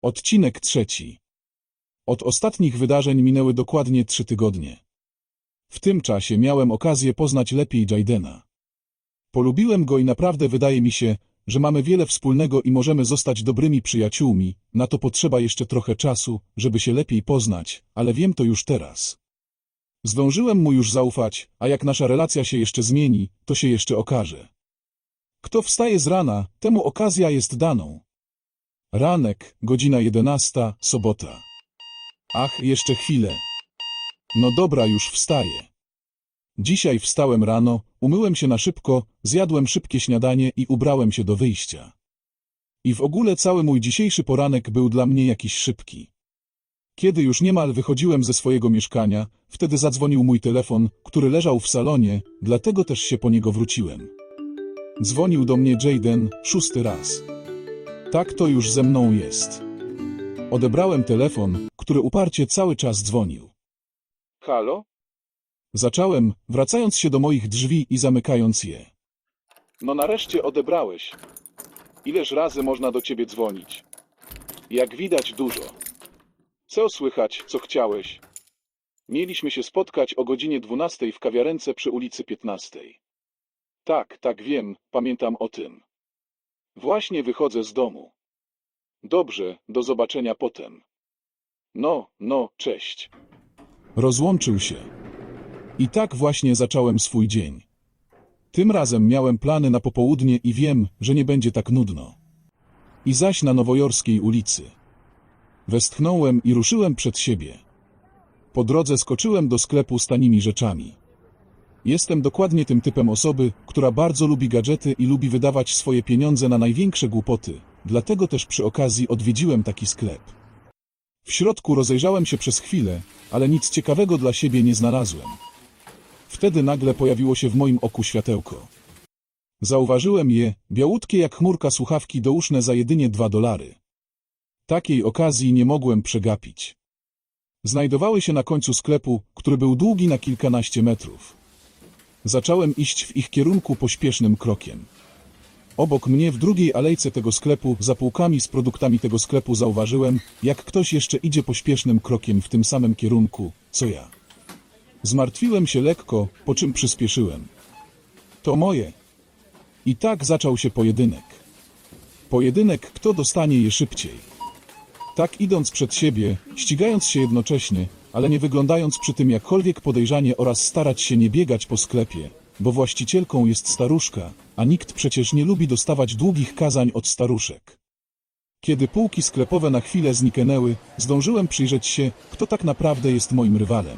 Odcinek 3. Od ostatnich wydarzeń minęły dokładnie 3 tygodnie. W tym czasie miałem okazję poznać lepiej Jaydena. Polubiłem go i naprawdę wydaje mi się, że mamy wiele wspólnego i możemy zostać dobrymi przyjaciółmi. Na to potrzeba jeszcze trochę czasu, żeby się lepiej poznać, ale wiem to już teraz. Zdążyłem mu już zaufać, a jak nasza relacja się jeszcze zmieni, to się jeszcze okaże. Kto wstaje z rana, temu okazja jest daną. Ranek, godzina 11, sobota. Ach, jeszcze chwilę. No dobra, już wstaję. Dzisiaj wstałem rano, umyłem się na szybko, zjadłem szybkie śniadanie i ubrałem się do wyjścia. I w ogóle cały mój dzisiejszy poranek był dla mnie jakiś szybki. Kiedy już niemal wychodziłem ze swojego mieszkania, wtedy zadzwonił mój telefon, który leżał w salonie, dlatego też się po niego wróciłem. Dzwonił do mnie Jayden, 6. raz. Tak to już ze mną jest. Odebrałem telefon, który uparcie cały czas dzwonił. Halo? Zacząłem, wracając się do moich drzwi i zamykając je. No nareszcie odebrałeś. Ileż razy można do ciebie dzwonić? Jak widać dużo. Co słychać, co chciałeś? Mieliśmy się spotkać o godzinie 12 w kawiarence przy ulicy 15. Tak wiem, pamiętam o tym. Właśnie wychodzę z domu. Dobrze, do zobaczenia potem. No, cześć. Rozłączył się. I tak właśnie zacząłem swój dzień. Tym razem miałem plany na popołudnie i wiem, że nie będzie tak nudno. I zaś na Nowojorskiej ulicy. Westchnąłem i ruszyłem przed siebie. Po drodze skoczyłem do sklepu z tanimi rzeczami. Jestem dokładnie tym typem osoby, która bardzo lubi gadżety i lubi wydawać swoje pieniądze na największe głupoty, dlatego też przy okazji odwiedziłem taki sklep. W środku rozejrzałem się przez chwilę, ale nic ciekawego dla siebie nie znalazłem. Wtedy nagle pojawiło się w moim oku światełko. Zauważyłem je, białutkie jak chmurka słuchawki douszne za jedynie $2. Takiej okazji nie mogłem przegapić. Znajdowały się na końcu sklepu, który był długi na kilkanaście metrów. Zacząłem iść w ich kierunku pośpiesznym krokiem. Obok mnie w drugiej alejce tego sklepu, za półkami z produktami tego sklepu zauważyłem, jak ktoś jeszcze idzie pośpiesznym krokiem w tym samym kierunku, co ja. Zmartwiłem się lekko, po czym przyspieszyłem. To moje. I tak zaczął się pojedynek. Pojedynek, kto dostanie je szybciej. Tak idąc przed siebie, ścigając się jednocześnie, ale nie wyglądając przy tym jakkolwiek podejrzanie oraz starać się nie biegać po sklepie, bo właścicielką jest staruszka, a nikt przecież nie lubi dostawać długich kazań od staruszek. Kiedy półki sklepowe na chwilę zniknęły, zdążyłem przyjrzeć się, kto tak naprawdę jest moim rywalem.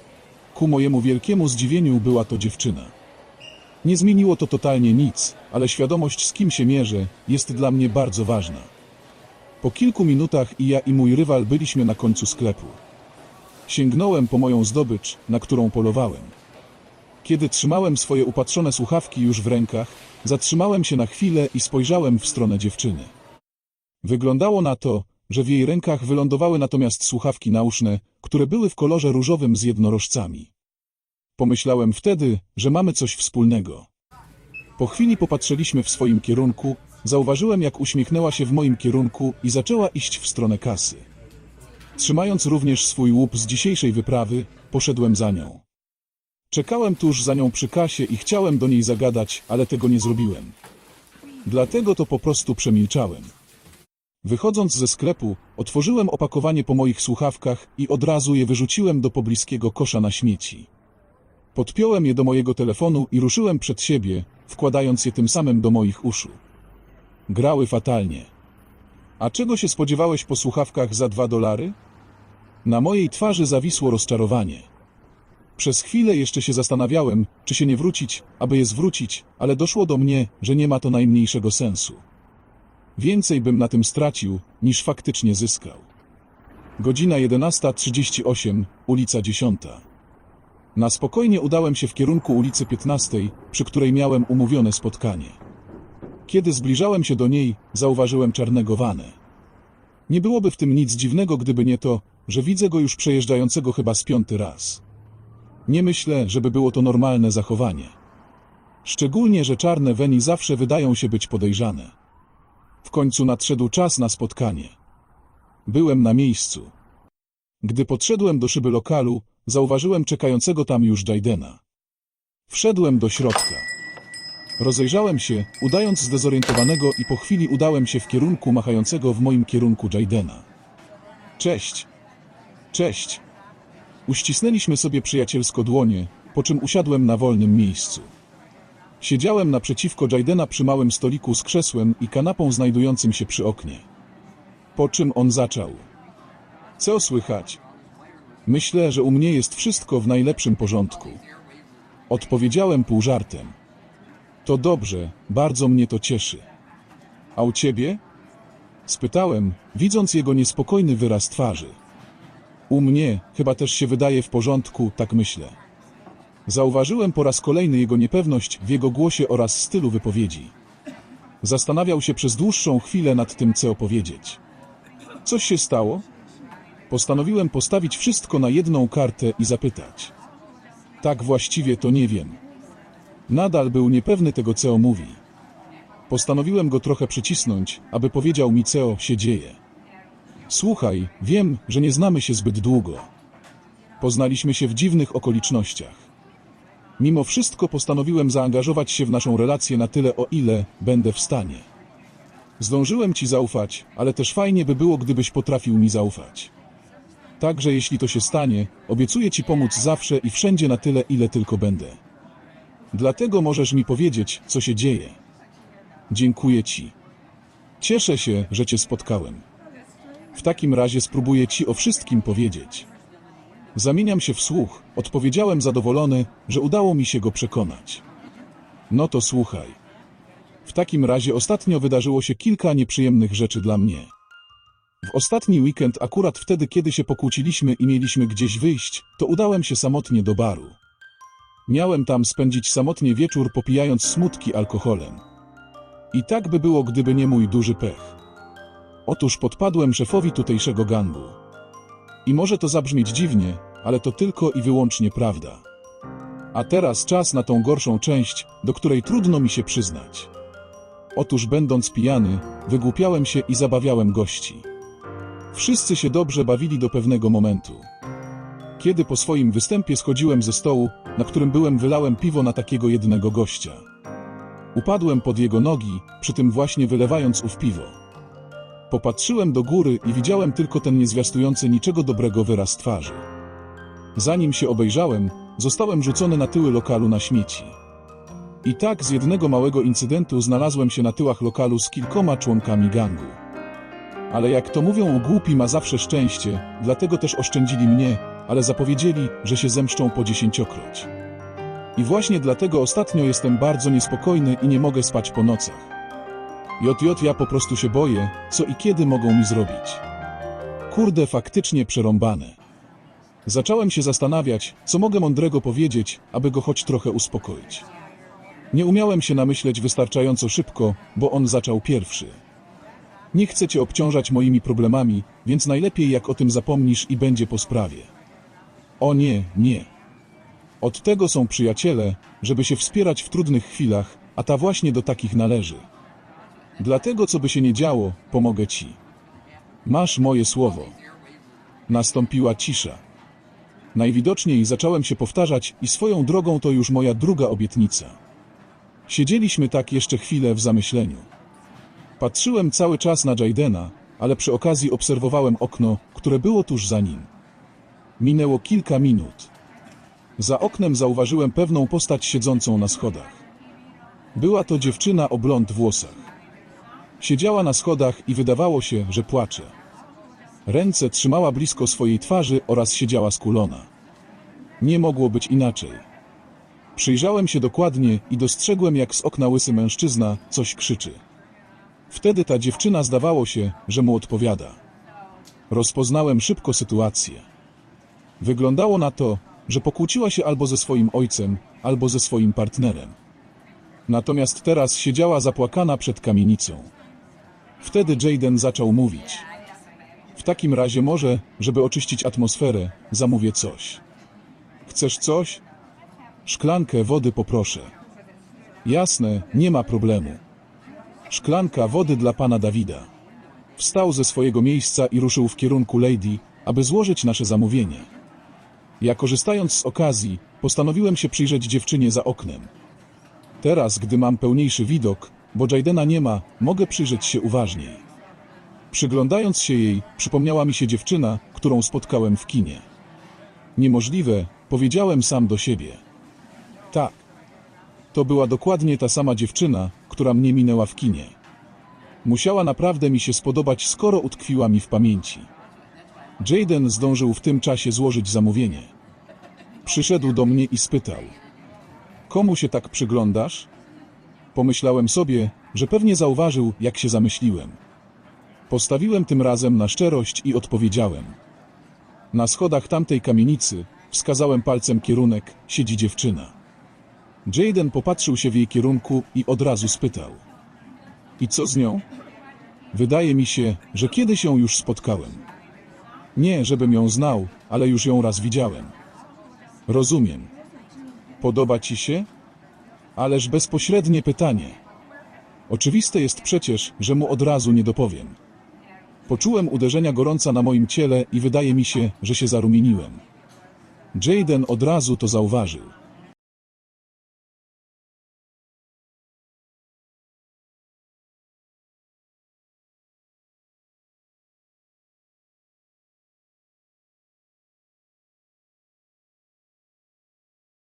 Ku mojemu wielkiemu zdziwieniu była to dziewczyna. Nie zmieniło to totalnie nic, ale świadomość, z kim się mierzę, jest dla mnie bardzo ważna. Po kilku minutach i ja i mój rywal byliśmy na końcu sklepu. Sięgnąłem po moją zdobycz, na którą polowałem. Kiedy trzymałem swoje upatrzone słuchawki już w rękach, zatrzymałem się na chwilę i spojrzałem w stronę dziewczyny. Wyglądało na to, że w jej rękach wylądowały natomiast słuchawki nauszne, które były w kolorze różowym z jednorożcami. Pomyślałem wtedy, że mamy coś wspólnego. Po chwili popatrzyliśmy w swoim kierunku, zauważyłem, jak uśmiechnęła się w moim kierunku i zaczęła iść w stronę kasy. Trzymając również swój łup z dzisiejszej wyprawy, poszedłem za nią. Czekałem tuż za nią przy kasie i chciałem do niej zagadać, ale tego nie zrobiłem. Dlatego to po prostu przemilczałem. Wychodząc ze sklepu, otworzyłem opakowanie po moich słuchawkach i od razu je wyrzuciłem do pobliskiego kosza na śmieci. Podpiąłem je do mojego telefonu i ruszyłem przed siebie, wkładając je tym samym do moich uszu. Grały fatalnie. A czego się spodziewałeś po słuchawkach za $2? Na mojej twarzy zawisło rozczarowanie. Przez chwilę jeszcze się zastanawiałem, czy się nie wrócić, aby je zwrócić, ale doszło do mnie, że nie ma to najmniejszego sensu. Więcej bym na tym stracił, niż faktycznie zyskał. Godzina 11:38, ulica 10. Na spokojnie udałem się w kierunku ulicy 15, przy której miałem umówione spotkanie. Kiedy zbliżałem się do niej, zauważyłem czarnego vanę. Nie byłoby w tym nic dziwnego, gdyby nie to, że widzę go już przejeżdżającego chyba z 5. raz. Nie myślę, żeby było to normalne zachowanie. Szczególnie, że czarne vani zawsze wydają się być podejrzane. W końcu nadszedł czas na spotkanie. Byłem na miejscu. Gdy podszedłem do szyby lokalu, zauważyłem czekającego tam już Jaidena. Wszedłem do środka. Rozejrzałem się, udając zdezorientowanego i po chwili udałem się w kierunku machającego w moim kierunku Jaidena. Cześć. Cześć. Uścisnęliśmy sobie przyjacielsko dłonie, po czym usiadłem na wolnym miejscu. Siedziałem naprzeciwko Jaidena przy małym stoliku z krzesłem i kanapą znajdującym się przy oknie. Po czym on zaczął. Co słychać? Myślę, że u mnie jest wszystko w najlepszym porządku. Odpowiedziałem pół żartem. To dobrze, bardzo mnie to cieszy. A u ciebie? Spytałem, widząc jego niespokojny wyraz twarzy. U mnie chyba też się wydaje w porządku, tak myślę. Zauważyłem po raz kolejny jego niepewność w jego głosie oraz stylu wypowiedzi. Zastanawiał się przez dłuższą chwilę nad tym, co opowiedzieć. Coś się stało? Postanowiłem postawić wszystko na jedną kartę i zapytać. Tak właściwie to nie wiem. Nadal był niepewny tego, co mówi. Postanowiłem go trochę przycisnąć, aby powiedział mi, co się dzieje. Słuchaj, wiem, że nie znamy się zbyt długo. Poznaliśmy się w dziwnych okolicznościach. Mimo wszystko postanowiłem zaangażować się w naszą relację na tyle, o ile będę w stanie. Zdążyłem ci zaufać, ale też fajnie by było, gdybyś potrafił mi zaufać. Także jeśli to się stanie, obiecuję ci pomóc zawsze i wszędzie na tyle, ile tylko będę. Dlatego możesz mi powiedzieć, co się dzieje. Dziękuję ci. Cieszę się, że cię spotkałem. W takim razie spróbuję ci o wszystkim powiedzieć. Zamieniam się w słuch, odpowiedziałem zadowolony, że udało mi się go przekonać. No to słuchaj. W takim razie ostatnio wydarzyło się kilka nieprzyjemnych rzeczy dla mnie. W ostatni weekend, akurat wtedy, kiedy się pokłóciliśmy i mieliśmy gdzieś wyjść, to udałem się samotnie do baru. Miałem tam spędzić samotnie wieczór, popijając smutki alkoholem. I tak by było, gdyby nie mój duży pech. Otóż podpadłem szefowi tutejszego gangu. I może to zabrzmieć dziwnie, ale to tylko i wyłącznie prawda. A teraz czas na tą gorszą część, do której trudno mi się przyznać. Otóż będąc pijany, wygłupiałem się i zabawiałem gości. Wszyscy się dobrze bawili do pewnego momentu. Kiedy po swoim występie schodziłem ze stołu, na którym byłem, wylałem piwo na takiego jednego gościa. Upadłem pod jego nogi, przy tym właśnie wylewając ów piwo. Popatrzyłem do góry i widziałem tylko ten niezwiastujący niczego dobrego wyraz twarzy. Zanim się obejrzałem, zostałem rzucony na tyły lokalu na śmieci. I tak z jednego małego incydentu znalazłem się na tyłach lokalu z kilkoma członkami gangu. Ale jak to mówią, głupi ma zawsze szczęście, dlatego też oszczędzili mnie, ale zapowiedzieli, że się zemszczą po 10-kroć. I właśnie dlatego ostatnio jestem bardzo niespokojny i nie mogę spać po nocach. Ja po prostu się boję, co i kiedy mogą mi zrobić. Kurde, faktycznie przerąbane. Zacząłem się zastanawiać, co mogę mądrego powiedzieć, aby go choć trochę uspokoić. Nie umiałem się namyśleć wystarczająco szybko, bo on zaczął pierwszy. Nie chcę cię obciążać moimi problemami, więc najlepiej jak o tym zapomnisz i będzie po sprawie. O nie, nie. Od tego są przyjaciele, żeby się wspierać w trudnych chwilach, a ta właśnie do takich należy. Dlatego, co by się nie działo, pomogę ci. Masz moje słowo. Nastąpiła cisza. Najwidoczniej zacząłem się powtarzać i swoją drogą to już moja druga obietnica. Siedzieliśmy tak jeszcze chwilę w zamyśleniu. Patrzyłem cały czas na Jaidena, ale przy okazji obserwowałem okno, które było tuż za nim. Minęło kilka minut. Za oknem zauważyłem pewną postać siedzącą na schodach. Była to dziewczyna o blond włosach. Siedziała na schodach i wydawało się, że płacze. Ręce trzymała blisko swojej twarzy oraz siedziała skulona. Nie mogło być inaczej. Przyjrzałem się dokładnie i dostrzegłem, jak z okna łysy mężczyzna coś krzyczy. Wtedy ta dziewczyna zdawało się, że mu odpowiada. Rozpoznałem szybko sytuację. Wyglądało na to, że pokłóciła się albo ze swoim ojcem, albo ze swoim partnerem. Natomiast teraz siedziała zapłakana przed kamienicą. Wtedy Jaiden zaczął mówić. W takim razie może, żeby oczyścić atmosferę, zamówię coś. Chcesz coś? Szklankę wody poproszę. Jasne, nie ma problemu. Szklanka wody dla pana Dawida. Wstał ze swojego miejsca i ruszył w kierunku Lady, aby złożyć nasze zamówienie. Ja, korzystając z okazji, postanowiłem się przyjrzeć dziewczynie za oknem. Teraz, gdy mam pełniejszy widok, bo Jaydena nie ma, mogę przyjrzeć się uważniej. Przyglądając się jej, przypomniała mi się dziewczyna, którą spotkałem w kinie. Niemożliwe, powiedziałem sam do siebie. Tak. To była dokładnie ta sama dziewczyna, która mnie minęła w kinie. Musiała naprawdę mi się spodobać, skoro utkwiła mi w pamięci. Jayden zdążył w tym czasie złożyć zamówienie. Przyszedł do mnie i spytał: komu się tak przyglądasz? Pomyślałem sobie, że pewnie zauważył, jak się zamyśliłem. Postawiłem tym razem na szczerość i odpowiedziałem: na schodach tamtej kamienicy, wskazałem palcem kierunek, siedzi dziewczyna. Jayden popatrzył się w jej kierunku i od razu spytał: i co z nią? Wydaje mi się, że kiedyś ją już spotkałem. Nie, żebym ją znał, ale już ją raz widziałem. Rozumiem. Podoba ci się? Ależ bezpośrednie pytanie. Oczywiste jest przecież, że mu od razu nie dopowiem. Poczułem uderzenia gorąca na moim ciele i wydaje mi się, że się zarumieniłem. Jayden od razu to zauważył.